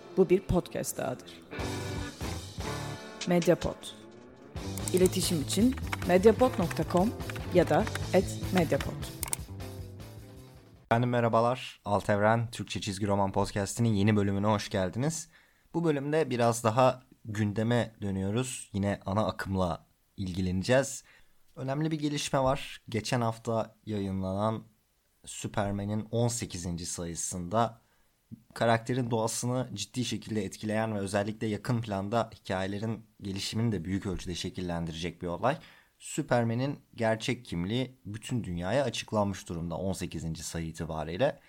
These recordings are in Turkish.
Bu bir podcast dahadır. Mediapod. İletişim için mediapod.com ya da @mediapod. Efendim merhabalar. Alt Evren Türkçe Çizgi Roman Podcast'inin yeni bölümüne hoş geldiniz. Bu bölümde biraz daha gündeme dönüyoruz. Yine ana akımla ilgileneceğiz. Önemli bir gelişme var. Geçen hafta yayınlanan Superman'in 18. sayısında karakterin doğasını ciddi şekilde etkileyen ve özellikle yakın planda hikayelerin gelişimini de büyük ölçüde şekillendirecek bir olay. Superman'in gerçek kimliği bütün dünyaya açıklanmış durumda 18. sayı itibariyle.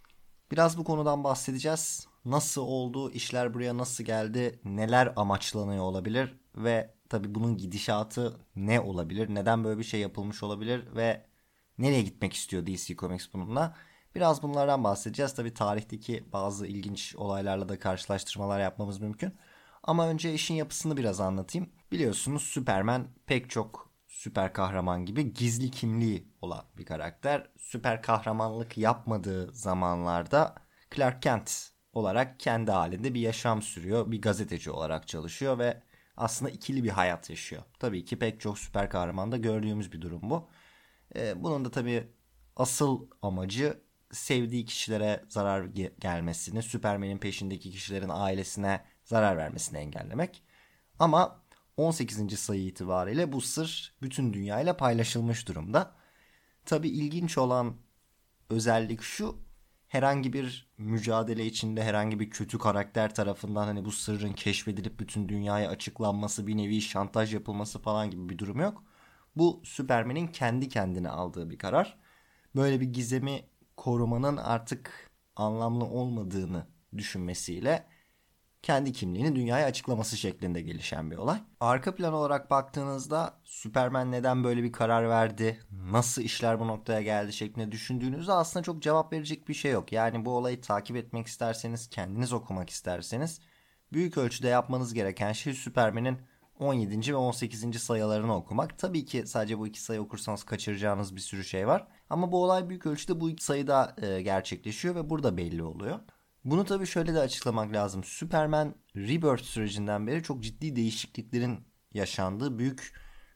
Biraz bu konudan bahsedeceğiz. Nasıl oldu, işler buraya nasıl geldi, neler amaçlanıyor olabilir ve tabii bunun gidişatı ne olabilir, neden böyle bir şey yapılmış olabilir ve nereye gitmek istiyor DC Comics bununla? Biraz bunlardan bahsedeceğiz. Tabii tarihteki bazı ilginç olaylarla da karşılaştırmalar yapmamız mümkün. Ama önce işin yapısını biraz anlatayım. Biliyorsunuz Superman pek çok süper kahraman gibi gizli kimliği olan bir karakter. Süper kahramanlık yapmadığı zamanlarda Clark Kent olarak kendi halinde bir yaşam sürüyor. Bir gazeteci olarak çalışıyor ve aslında ikili bir hayat yaşıyor. Tabii ki pek çok süper kahramanda gördüğümüz bir durum bu. Bunun da tabii asıl amacı sevdiği kişilere zarar gelmesini, Superman'in peşindeki kişilerin ailesine zarar vermesini engellemek. Ama 18. sayı itibariyle bu sır bütün dünyayla paylaşılmış durumda. Tabii ilginç olan özellik şu: herhangi bir mücadele içinde herhangi bir kötü karakter tarafından hani bu sırrın keşfedilip bütün dünyaya açıklanması, bir nevi şantaj yapılması falan gibi bir durum yok. Bu Superman'in kendi kendine aldığı bir karar. Böyle bir gizemi korumanın artık anlamlı olmadığını düşünmesiyle kendi kimliğini dünyaya açıklaması şeklinde gelişen bir olay. Arka plan olarak baktığınızda Superman neden böyle bir karar verdi, nasıl işler bu noktaya geldi şeklinde düşündüğünüzde aslında çok cevap verecek bir şey yok. Yani bu olayı takip etmek isterseniz, kendiniz okumak isterseniz büyük ölçüde yapmanız gereken şey Superman'in 17. ve 18. sayılarını okumak. Tabii ki sadece bu iki sayı okursanız kaçıracağınız bir sürü şey var. Ama bu olay büyük ölçüde bu iki sayıda gerçekleşiyor ve burada belli oluyor. Bunu tabii şöyle de açıklamak lazım. Superman Rebirth sürecinden beri çok ciddi değişikliklerin yaşandığı, büyük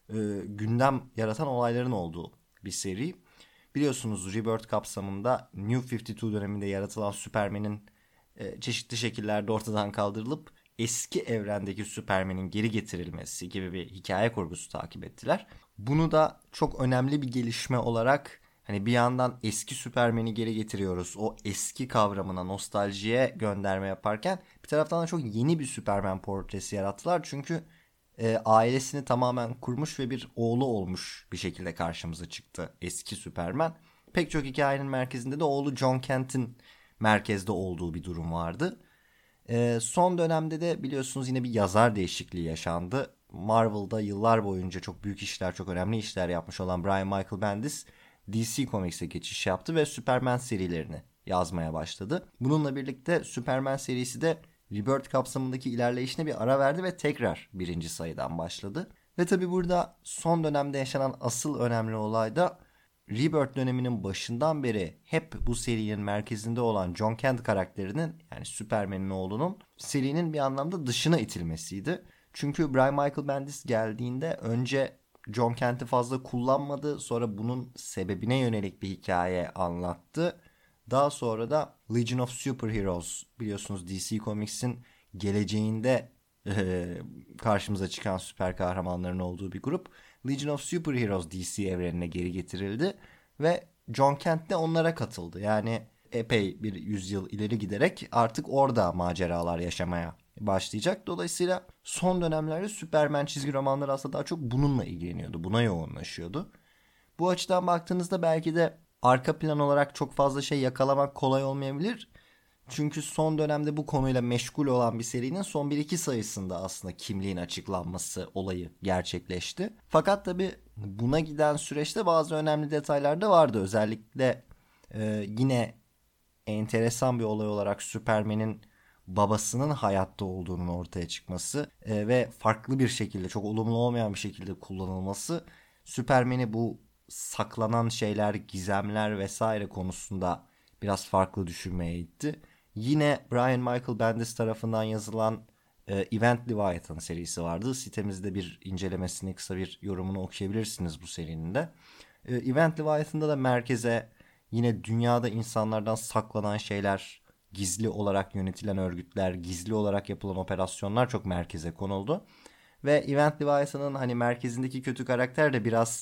gündem yaratan olayların olduğu bir seri. Biliyorsunuz Rebirth kapsamında New 52 döneminde yaratılan Superman'in çeşitli şekillerde ortadan kaldırılıp eski evrendeki Superman'in geri getirilmesi gibi bir hikaye kurgusu takip ettiler. Bunu da çok önemli bir gelişme olarak, hani bir yandan eski Superman'i geri getiriyoruz, o eski kavramına, nostaljiye gönderme yaparken bir taraftan da çok yeni bir Superman portresi yarattılar. Çünkü ailesini tamamen kurmuş ve bir oğlu olmuş bir şekilde karşımıza çıktı eski Superman. Pek çok hikayenin merkezinde de oğlu John Kent'in merkezde olduğu bir durum vardı. Son dönemde de biliyorsunuz yine bir yazar değişikliği yaşandı. Marvel'da yıllar boyunca çok büyük işler, çok önemli işler yapmış olan Brian Michael Bendis DC Comics'e geçiş yaptı ve Superman serilerini yazmaya başladı. Bununla birlikte Superman serisi de Rebirth kapsamındaki ilerleyişine bir ara verdi ve tekrar birinci sayıdan başladı. Ve tabi burada son dönemde yaşanan asıl önemli olay da Rebirth döneminin başından beri hep bu serinin merkezinde olan John Kent karakterinin, yani Superman'in oğlunun, serinin bir anlamda dışına itilmesiydi. Çünkü Brian Michael Bendis geldiğinde önce John Kent'i fazla kullanmadı. Sonra bunun sebebine yönelik bir hikaye anlattı. Daha sonra da Legion of Superheroes, biliyorsunuz DC Comics'in geleceğinde karşımıza çıkan süper kahramanların olduğu bir grup. Legion of Superheroes DC evrenine geri getirildi ve John Kent de onlara katıldı. Yani epey bir yüzyıl ileri giderek artık orada maceralar yaşamaya başlayacak. Dolayısıyla son dönemlerde Superman çizgi romanları aslında daha çok bununla ilgileniyordu. Buna yoğunlaşıyordu. Bu açıdan baktığınızda belki de arka plan olarak çok fazla şey yakalamak kolay olmayabilir. Çünkü son dönemde bu konuyla meşgul olan bir serinin son 1-2 sayısında aslında kimliğin açıklanması olayı gerçekleşti. Fakat tabii buna giden süreçte bazı önemli detaylar da vardı. Özellikle yine enteresan bir olay olarak Superman'in babasının hayatta olduğunun ortaya çıkması ve farklı bir şekilde, çok olumlu olmayan bir şekilde kullanılması Superman'i bu saklanan şeyler, gizemler vesaire konusunda biraz farklı düşünmeye itti. Yine Brian Michael Bendis tarafından yazılan Event Leviathan serisi vardı. Sitemizde bir incelemesini, kısa bir yorumunu okuyabilirsiniz bu serinin de. Event Leviathan'da da merkeze yine dünyada insanlardan saklanan şeyler, gizli olarak yönetilen örgütler, gizli olarak yapılan operasyonlar çok merkeze konuldu. Ve Event Leviathan'ın hani merkezindeki kötü karakter de biraz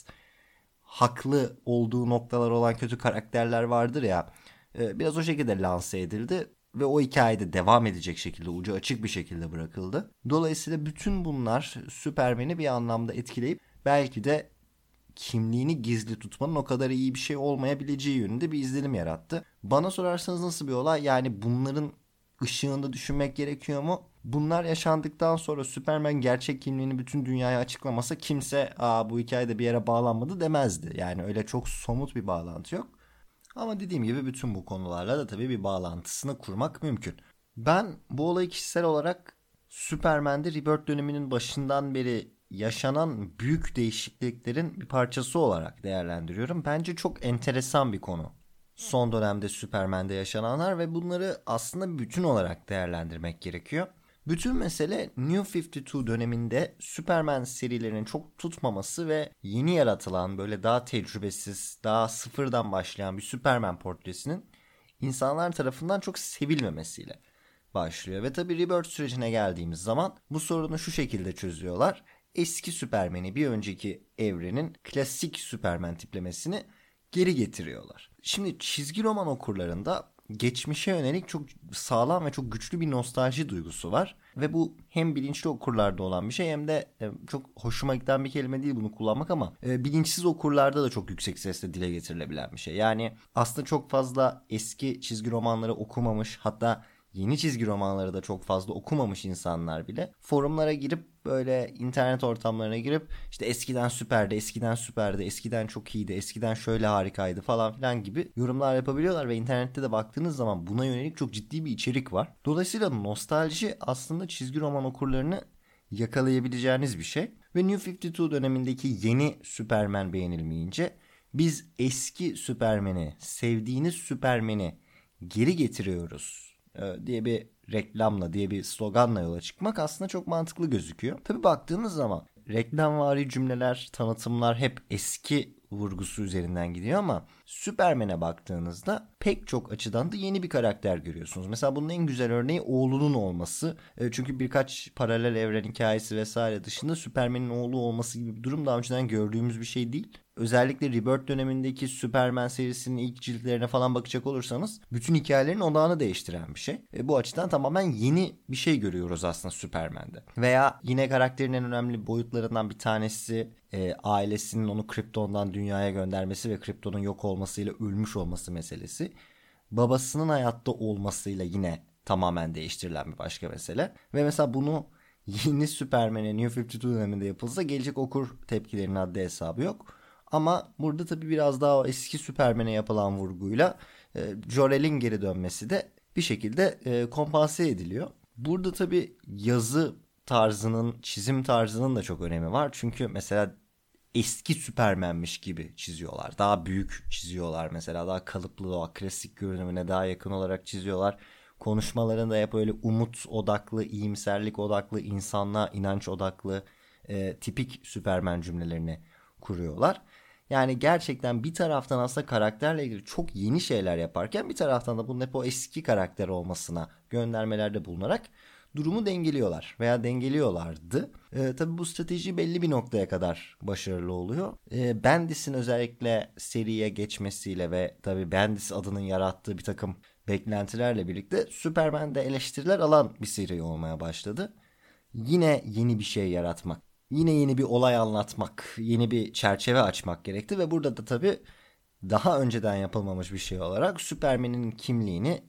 haklı olduğu noktalar olan kötü karakterler vardır ya. Biraz o şekilde lanse edildi ve o hikayede devam edecek şekilde, ucu açık bir şekilde bırakıldı. Dolayısıyla bütün bunlar Superman'i bir anlamda etkileyip belki de kimliğini gizli tutmanın o kadar iyi bir şey olmayabileceği yönünde bir izlenim yarattı. Bana sorarsanız nasıl bir olay? Yani bunların ışığında düşünmek gerekiyor mu? Bunlar yaşandıktan sonra Superman gerçek kimliğini bütün dünyaya açıklamasa kimse bu hikayede bir yere bağlanmadı demezdi. Yani öyle çok somut bir bağlantı yok. Ama dediğim gibi bütün bu konularla da tabii bir bağlantısını kurmak mümkün. Ben bu olayı kişisel olarak Superman'de Rebirth döneminin başından beri yaşanan büyük değişikliklerin bir parçası olarak değerlendiriyorum. Bence çok enteresan bir konu. Son dönemde Superman'de yaşananlar ve bunları aslında bütün olarak değerlendirmek gerekiyor. Bütün mesele New 52 döneminde Superman serilerinin çok tutmaması ve yeni yaratılan böyle daha tecrübesiz, daha sıfırdan başlayan bir Superman portresinin insanlar tarafından çok sevilmemesiyle başlıyor. Ve tabii Rebirth sürecine geldiğimiz zaman bu sorunu şu şekilde çözüyorlar. Eski Superman'i, bir önceki evrenin klasik Superman tiplemesini geri getiriyorlar. Şimdi çizgi roman okurlarında geçmişe yönelik çok sağlam ve çok güçlü bir nostalji duygusu var. Ve bu hem bilinçli okurlarda olan bir şey hem de çok hoşuma giden bir kelime değil bunu kullanmak ama bilinçsiz okurlarda da çok yüksek sesle dile getirilebilen bir şey. Yani aslında çok fazla eski çizgi romanları okumamış, hatta yeni çizgi romanları da çok fazla okumamış insanlar bile forumlara girip böyle internet ortamlarına girip işte eskiden süperdi, eskiden süperdi, eskiden çok iyiydi, eskiden şöyle harikaydı falan filan gibi yorumlar yapabiliyorlar ve internette de baktığınız zaman buna yönelik çok ciddi bir içerik var. Dolayısıyla nostalji aslında çizgi roman okurlarını yakalayabileceğiniz bir şey. Ve New 52 dönemindeki yeni Superman beğenilmeyince biz eski Superman'i, sevdiğiniz Superman'i geri getiriyoruz diye bir reklamla, diye bir sloganla yola çıkmak aslında çok mantıklı gözüküyor. Tabii baktığınız zaman reklamvari cümleler, tanıtımlar hep eski vurgusu üzerinden gidiyor ama Superman'e baktığınızda pek çok açıdan da yeni bir karakter görüyorsunuz. Mesela bunun en güzel örneği oğlunun olması. Çünkü birkaç paralel evren hikayesi vesaire dışında Superman'in oğlu olması gibi bir durum daha önceden gördüğümüz bir şey değil. Özellikle Rebirth dönemindeki Superman serisinin ilk ciltlerine falan bakacak olursanız bütün hikayelerin odağını değiştiren bir şey. Bu açıdan tamamen yeni bir şey görüyoruz aslında Superman'de. Veya yine karakterin en önemli boyutlarından bir tanesi ailesinin onu Krypton'dan dünyaya göndermesi ve Krypton'un yok olmasıyla ölmüş olması meselesi. Babasının hayatta olmasıyla yine tamamen değiştirilen bir başka mesele. Ve mesela bunu yeni Superman'e New 52 döneminde yapılsa gelecek okur tepkilerinin haddi hesabı yok. Ama burada tabii biraz daha o eski Superman'e yapılan vurguyla Jor-El'in geri dönmesi de bir şekilde kompanse ediliyor. Burada tabii yazı tarzının, çizim tarzının da çok önemi var. Çünkü mesela eski Superman'miş gibi çiziyorlar. Daha büyük çiziyorlar mesela. Daha kalıplı, daha klasik görünümüne daha yakın olarak çiziyorlar. Konuşmalarında hep öyle umut odaklı, iyimserlik odaklı, insanlığa inanç odaklı tipik Superman cümlelerini kuruyorlar. Yani gerçekten bir taraftan aslında karakterle ilgili çok yeni şeyler yaparken bir taraftan da bunun hep o eski karakter olmasına göndermelerde bulunarak durumu dengeliyorlar veya dengeliyorlardı. Tabii bu strateji belli bir noktaya kadar başarılı oluyor. Bendis'in özellikle seriye geçmesiyle ve tabii Bendis adının yarattığı bir takım beklentilerle birlikte Superman'de eleştiriler alan bir seri olmaya başladı. Yine yeni bir şey yaratmak, yine yeni bir olay anlatmak, yeni bir çerçeve açmak gerekti ve burada da tabii daha önceden yapılmamış bir şey olarak Superman'in kimliğini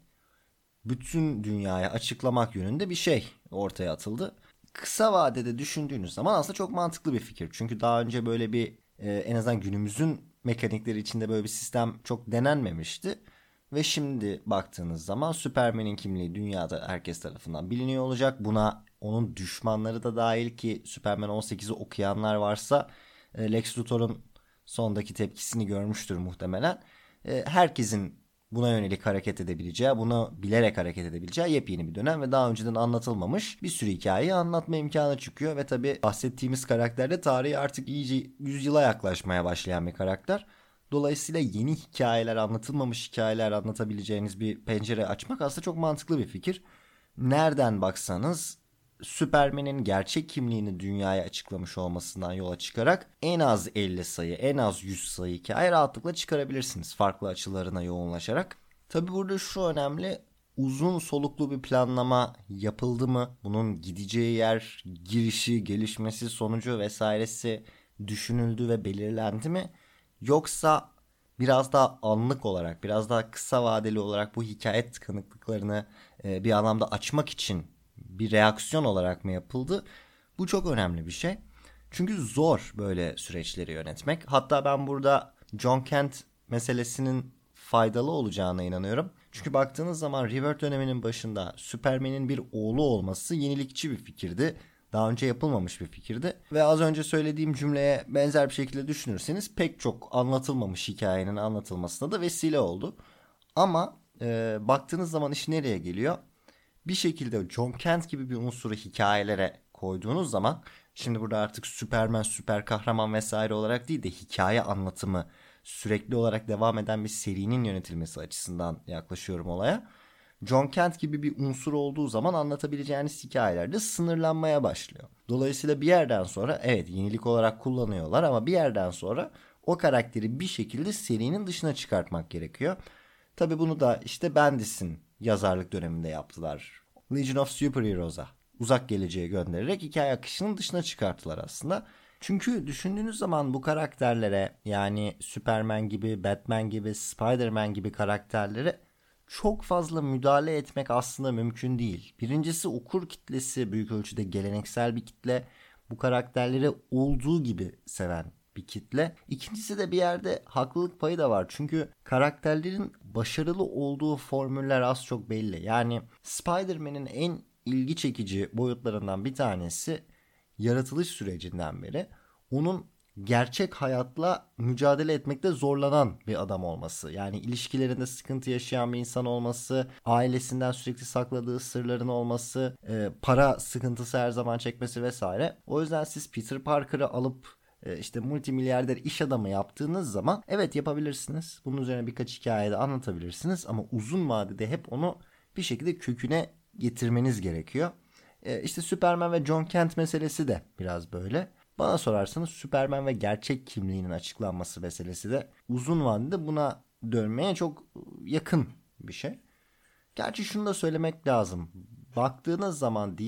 bütün dünyaya açıklamak yönünde bir şey ortaya atıldı. Kısa vadede düşündüğünüz zaman aslında çok mantıklı bir fikir. Çünkü daha önce böyle bir en azından günümüzün mekanikleri içinde böyle bir sistem çok denenmemişti. Ve şimdi baktığınız zaman Superman'in kimliği dünyada herkes tarafından biliniyor olacak. Buna onun düşmanları da dahil ki Superman 18'i okuyanlar varsa Lex Luthor'un sondaki tepkisini görmüştür muhtemelen. Herkesin buna yönelik hareket edebileceği, bunu bilerek hareket edebileceği yepyeni bir dönem ve daha önceden anlatılmamış bir sürü hikayeyi anlatma imkanı çıkıyor ve tabii bahsettiğimiz karakter de tarihi artık iyice 100 yıla yaklaşmaya başlayan bir karakter. Dolayısıyla yeni hikayeler, anlatılmamış hikayeler anlatabileceğiniz bir pencere açmak aslında çok mantıklı bir fikir. Nereden baksanız Superman'in gerçek kimliğini dünyaya açıklamış olmasından yola çıkarak en az 50 sayı, en az 100 sayı hikaye rahatlıkla çıkarabilirsiniz farklı açılarına yoğunlaşarak. Tabi burada şu önemli, uzun soluklu bir planlama yapıldı mı? Bunun gideceği yer, girişi, gelişmesi, sonucu vesairesi düşünüldü ve belirlendi mi? Yoksa biraz daha anlık olarak, biraz daha kısa vadeli olarak bu hikaye tıkanıklıklarını bir anlamda açmak için bir reaksiyon olarak mı yapıldı? Bu çok önemli bir şey. Çünkü zor böyle süreçleri yönetmek. Hatta ben burada John Kent meselesinin faydalı olacağına inanıyorum. Çünkü baktığınız zaman Rebirth döneminin başında Superman'in bir oğlu olması yenilikçi bir fikirdi. Daha önce yapılmamış bir fikirdi. Ve az önce söylediğim cümleye benzer bir şekilde düşünürseniz pek çok anlatılmamış hikayenin anlatılmasına da vesile oldu. Ama baktığınız zaman iş nereye geliyor? Bir şekilde John Kent gibi bir unsuru hikayelere koyduğunuz zaman, şimdi burada artık Superman, süper kahraman vesaire olarak değil de hikaye anlatımı sürekli olarak devam eden bir serinin yönetilmesi açısından yaklaşıyorum olaya. John Kent gibi bir unsur olduğu zaman anlatabileceğiniz hikayeler de sınırlanmaya başlıyor. Dolayısıyla bir yerden sonra evet yenilik olarak kullanıyorlar ama bir yerden sonra o karakteri bir şekilde serinin dışına çıkartmak gerekiyor. Tabii bunu da işte Bendis'in yazarlık döneminde yaptılar. Legion of Superheroes'a uzak geleceğe göndererek hikaye akışının dışına çıkarttılar aslında. Çünkü düşündüğünüz zaman bu karakterlere, yani Superman gibi, Batman gibi, Spider-Man gibi karakterlere çok fazla müdahale etmek aslında mümkün değil. Birincisi, okur kitlesi büyük ölçüde geleneksel bir kitle. Bu karakterleri olduğu gibi seven bir kitle. İkincisi de bir yerde haklılık payı da var. Çünkü karakterlerin başarılı olduğu formüller az çok belli. Yani Spider-Man'in en ilgi çekici boyutlarından bir tanesi yaratılış sürecinden beri onun gerçek hayatla mücadele etmekte zorlanan bir adam olması. Yani ilişkilerinde sıkıntı yaşayan bir insan olması, ailesinden sürekli sakladığı sırların olması, para sıkıntısı her zaman çekmesi vesaire. O yüzden siz Peter Parker'ı alıp işte multimilyarder iş adamı yaptığınız zaman evet yapabilirsiniz. Bunun üzerine birkaç hikayede anlatabilirsiniz ama uzun vadede hep onu bir şekilde köküne getirmeniz gerekiyor. İşte Superman ve John Kent meselesi de biraz böyle. Bana sorarsanız Superman ve gerçek kimliğinin açıklanması meselesi de uzun vadede buna dönmeye çok yakın bir şey. Gerçi şunu da söylemek lazım. Baktığınız zaman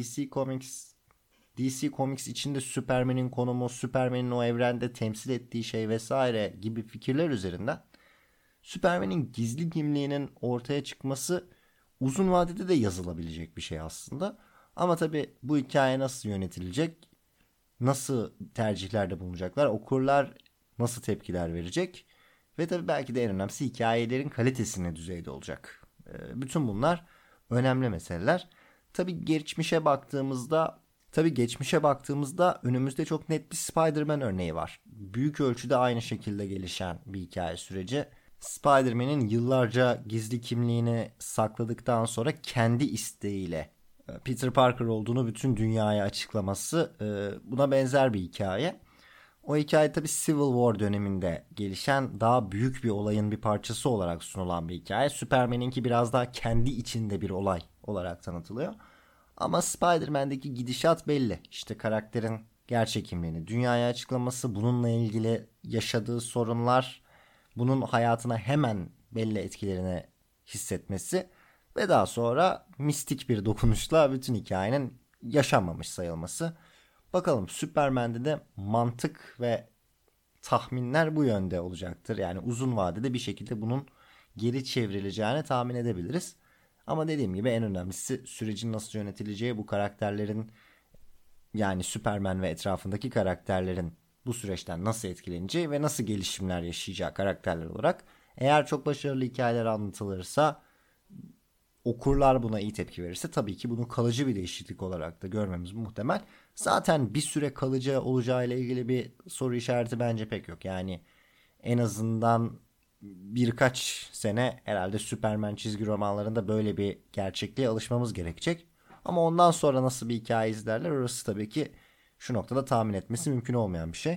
DC Comics içinde Superman'in konumu, Superman'in o evrende temsil ettiği şey vesaire gibi fikirler üzerinden Superman'in gizli kimliğinin ortaya çıkması uzun vadede de yazılabilecek bir şey aslında. Ama tabii bu hikaye nasıl yönetilecek? Nasıl tercihlerde bulunacaklar? Okurlar nasıl tepkiler verecek? Ve tabii belki de en önemlisi hikayelerin kalitesi ne düzeyde olacak? Bütün bunlar önemli meseleler. Tabii geçmişe baktığımızda önümüzde çok net bir Spider-Man örneği var. Büyük ölçüde aynı şekilde gelişen bir hikaye süreci. Spider-Man'in yıllarca gizli kimliğini sakladıktan sonra kendi isteğiyle Peter Parker olduğunu bütün dünyaya açıklaması buna benzer bir hikaye. O hikaye tabii Civil War döneminde gelişen daha büyük bir olayın bir parçası olarak sunulan bir hikaye. Superman'inki biraz daha kendi içinde bir olay olarak tanıtılıyor. Ama Spider-Man'deki gidişat belli. İşte karakterin gerçek kimliğini dünyaya açıklaması, bununla ilgili yaşadığı sorunlar, bunun hayatına hemen belli etkilerini hissetmesi ve daha sonra mistik bir dokunuşla bütün hikayenin yaşanmamış sayılması. Bakalım Superman'de de mantık ve tahminler bu yönde olacaktır. Yani uzun vadede bir şekilde bunun geri çevrileceğini tahmin edebiliriz. Ama dediğim gibi en önemlisi sürecin nasıl yönetileceği, bu karakterlerin, yani Superman ve etrafındaki karakterlerin bu süreçten nasıl etkileneceği ve nasıl gelişimler yaşayacağı karakterler olarak. Eğer çok başarılı hikayeler anlatılırsa, okurlar buna iyi tepki verirse tabii ki bunu kalıcı bir değişiklik olarak da görmemiz muhtemel. Zaten bir süre kalıcı olacağı ile ilgili bir soru işareti bence pek yok. Yani en azından birkaç sene herhalde Superman çizgi romanlarında böyle bir gerçekliğe alışmamız gerekecek. Ama ondan sonra nasıl bir hikaye izlerler orası tabii ki şu noktada tahmin etmesi mümkün olmayan bir şey.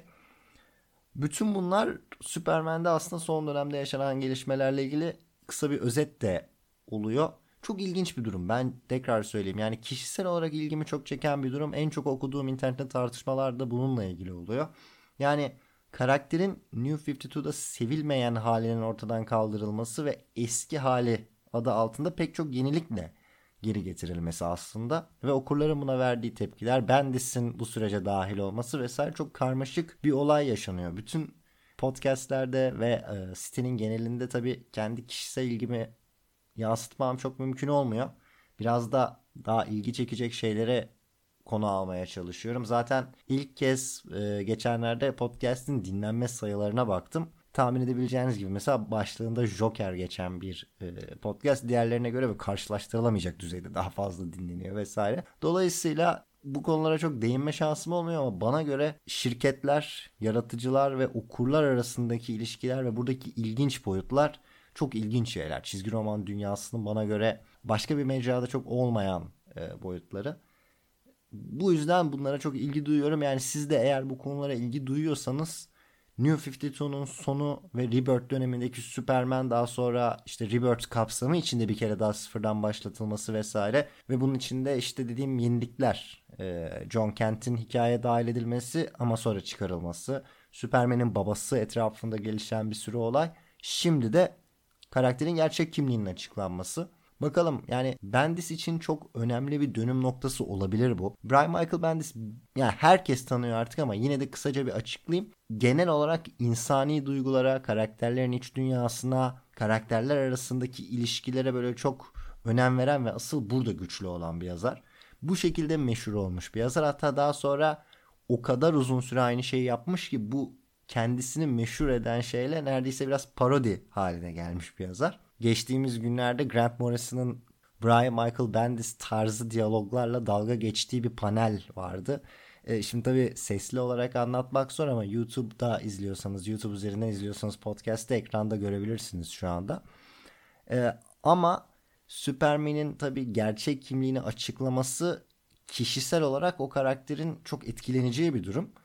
Bütün bunlar Superman'de aslında son dönemde yaşanan gelişmelerle ilgili kısa bir özet de oluyor. Çok ilginç bir durum. Ben tekrar söyleyeyim. Yani kişisel olarak ilgimi çok çeken bir durum. En çok okuduğum internette tartışmalar da bununla ilgili oluyor. Yani karakterin New 52'da sevilmeyen halinin ortadan kaldırılması ve eski hali adı altında pek çok yenilikle geri getirilmesi aslında ve okurların buna verdiği tepkiler, Bendis'in bu sürece dahil olması vesaire çok karmaşık bir olay yaşanıyor. Bütün podcastlerde ve sitenin genelinde tabii kendi kişisel ilgimi yansıtmam çok mümkün olmuyor. Biraz da daha ilgi çekecek şeylere konu almaya çalışıyorum. Zaten ilk kez geçenlerde podcast'in dinlenme sayılarına baktım. Tahmin edebileceğiniz gibi mesela başlığında Joker geçen bir podcast diğerlerine göre ve karşılaştırılamayacak düzeyde daha fazla dinleniyor vesaire. Dolayısıyla bu konulara çok değinme şansım olmuyor ama bana göre şirketler, yaratıcılar ve okurlar arasındaki ilişkiler ve buradaki ilginç boyutlar çok ilginç şeyler. Çizgi roman dünyasının bana göre başka bir mecrada çok olmayan boyutları. Bu yüzden bunlara çok ilgi duyuyorum. Yani siz de eğer bu konulara ilgi duyuyorsanız New 52'nun sonu ve Rebirth dönemindeki Superman, daha sonra işte Rebirth kapsamı içinde bir kere daha sıfırdan başlatılması vesaire ve bunun içinde işte dediğim yenilikler, John Kent'in hikayeye dahil edilmesi ama sonra çıkarılması, Superman'in babası etrafında gelişen bir sürü olay, şimdi de karakterin gerçek kimliğinin açıklanması. Bakalım, yani Bendis için çok önemli bir dönüm noktası olabilir bu. Brian Michael Bendis yani herkes tanıyor artık ama yine de kısaca bir açıklayayım. Genel olarak insani duygulara, karakterlerin iç dünyasına, karakterler arasındaki ilişkilere böyle çok önem veren ve asıl burada güçlü olan bir yazar. Bu şekilde meşhur olmuş bir yazar. Hatta daha sonra o kadar uzun süre aynı şeyi yapmış ki bu kendisini meşhur eden şeyle neredeyse biraz parodi haline gelmiş bir yazar. Geçtiğimiz günlerde Grant Morrison'ın Brian Michael Bendis tarzı diyaloglarla dalga geçtiği bir panel vardı. Şimdi tabii sesli olarak anlatmak zor ama YouTube'da izliyorsanız, YouTube üzerinden izliyorsanız podcast'te ekranda görebilirsiniz şu anda. Ama Superman'in tabii gerçek kimliğini açıklaması kişisel olarak o karakterin çok etkileneceği bir durum.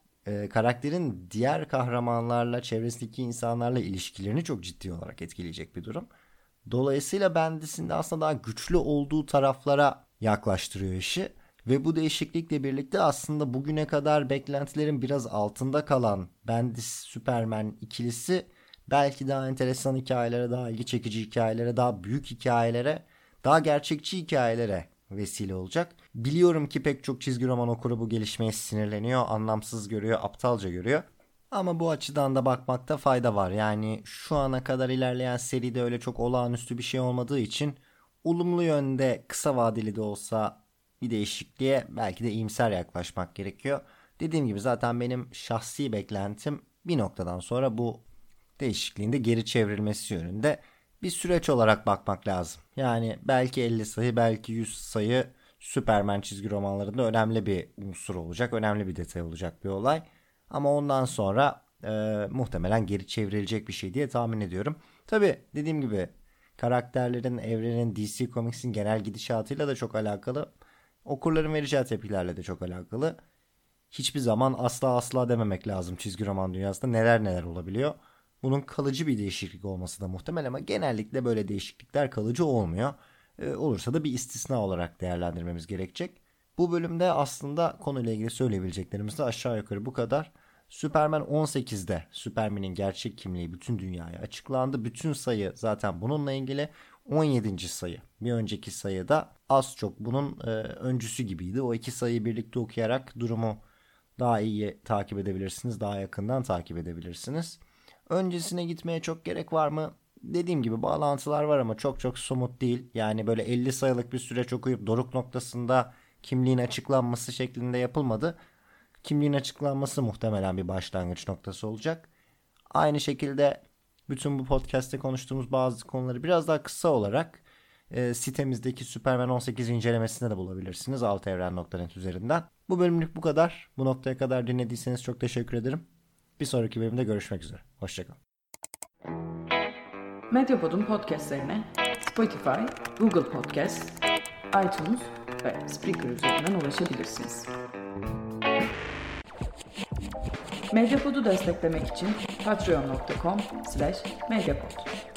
Karakterin diğer kahramanlarla, çevresindeki insanlarla ilişkilerini çok ciddi olarak etkileyecek bir durum. Dolayısıyla Bendis'in de aslında daha güçlü olduğu taraflara yaklaştırıyor işi. Ve bu değişiklikle birlikte aslında bugüne kadar beklentilerin biraz altında kalan Bendis-Superman ikilisi belki daha enteresan hikayelere, daha ilgi çekici hikayelere, daha büyük hikayelere, daha gerçekçi hikayelere vesile olacak. Biliyorum ki pek çok çizgi roman okuru bu gelişmeye sinirleniyor, anlamsız görüyor, aptalca görüyor. Ama bu açıdan da bakmakta fayda var. Yani şu ana kadar ilerleyen seride öyle çok olağanüstü bir şey olmadığı için olumlu yönde kısa vadeli de olsa bir değişikliğe belki de iyimser yaklaşmak gerekiyor. Dediğim gibi zaten benim şahsi beklentim bir noktadan sonra bu değişikliğin de geri çevrilmesi yönünde bir süreç olarak bakmak lazım. Yani belki 50 sayı, belki 100 sayı Superman çizgi romanlarında önemli bir unsur olacak, önemli bir detay olacak bir olay. Ama ondan sonra muhtemelen geri çevrilecek bir şey diye tahmin ediyorum. Tabii dediğim gibi karakterlerin, evrenin, DC Comics'in genel gidişatıyla da çok alakalı. Okurların vereceği tepkilerle de çok alakalı. Hiçbir zaman asla dememek lazım çizgi roman dünyasında neler neler olabiliyor. Bunun kalıcı bir değişiklik olması da muhtemel ama genellikle böyle değişiklikler kalıcı olmuyor. Olursa da bir istisna olarak değerlendirmemiz gerekecek. Bu bölümde aslında konuyla ilgili söyleyebileceklerimiz de aşağı yukarı bu kadar. Superman 18'de Superman'in gerçek kimliği bütün dünyaya açıklandı. Bütün sayı zaten bununla ilgili. 17. sayı bir önceki sayıda az çok bunun öncüsü gibiydi. O iki sayıyı birlikte okuyarak durumu daha iyi takip edebilirsiniz. Daha yakından takip edebilirsiniz. Öncesine gitmeye çok gerek var mı? Dediğim gibi bağlantılar var ama çok somut değil. Yani böyle 50 sayılık bir süreç okuyup doruk noktasında kimliğin açıklanması şeklinde yapılmadı. Kimliğin açıklanması muhtemelen bir başlangıç noktası olacak. Aynı şekilde bütün bu podcast'te konuştuğumuz bazı konuları biraz daha kısa olarak sitemizdeki Superman 18 incelemesinde de bulabilirsiniz. altevren.net üzerinden. Bu bölümlük bu kadar. Bu noktaya kadar dinlediyseniz çok teşekkür ederim. Bir sonraki bölümde görüşmek üzere. Hoşçakalın. Medyapod'un podcastlerine Spotify, Google Podcast, iTunes ve Spreaker üzerinden ulaşabilirsiniz. Medyapod'u desteklemek için patreon.com/medyapod.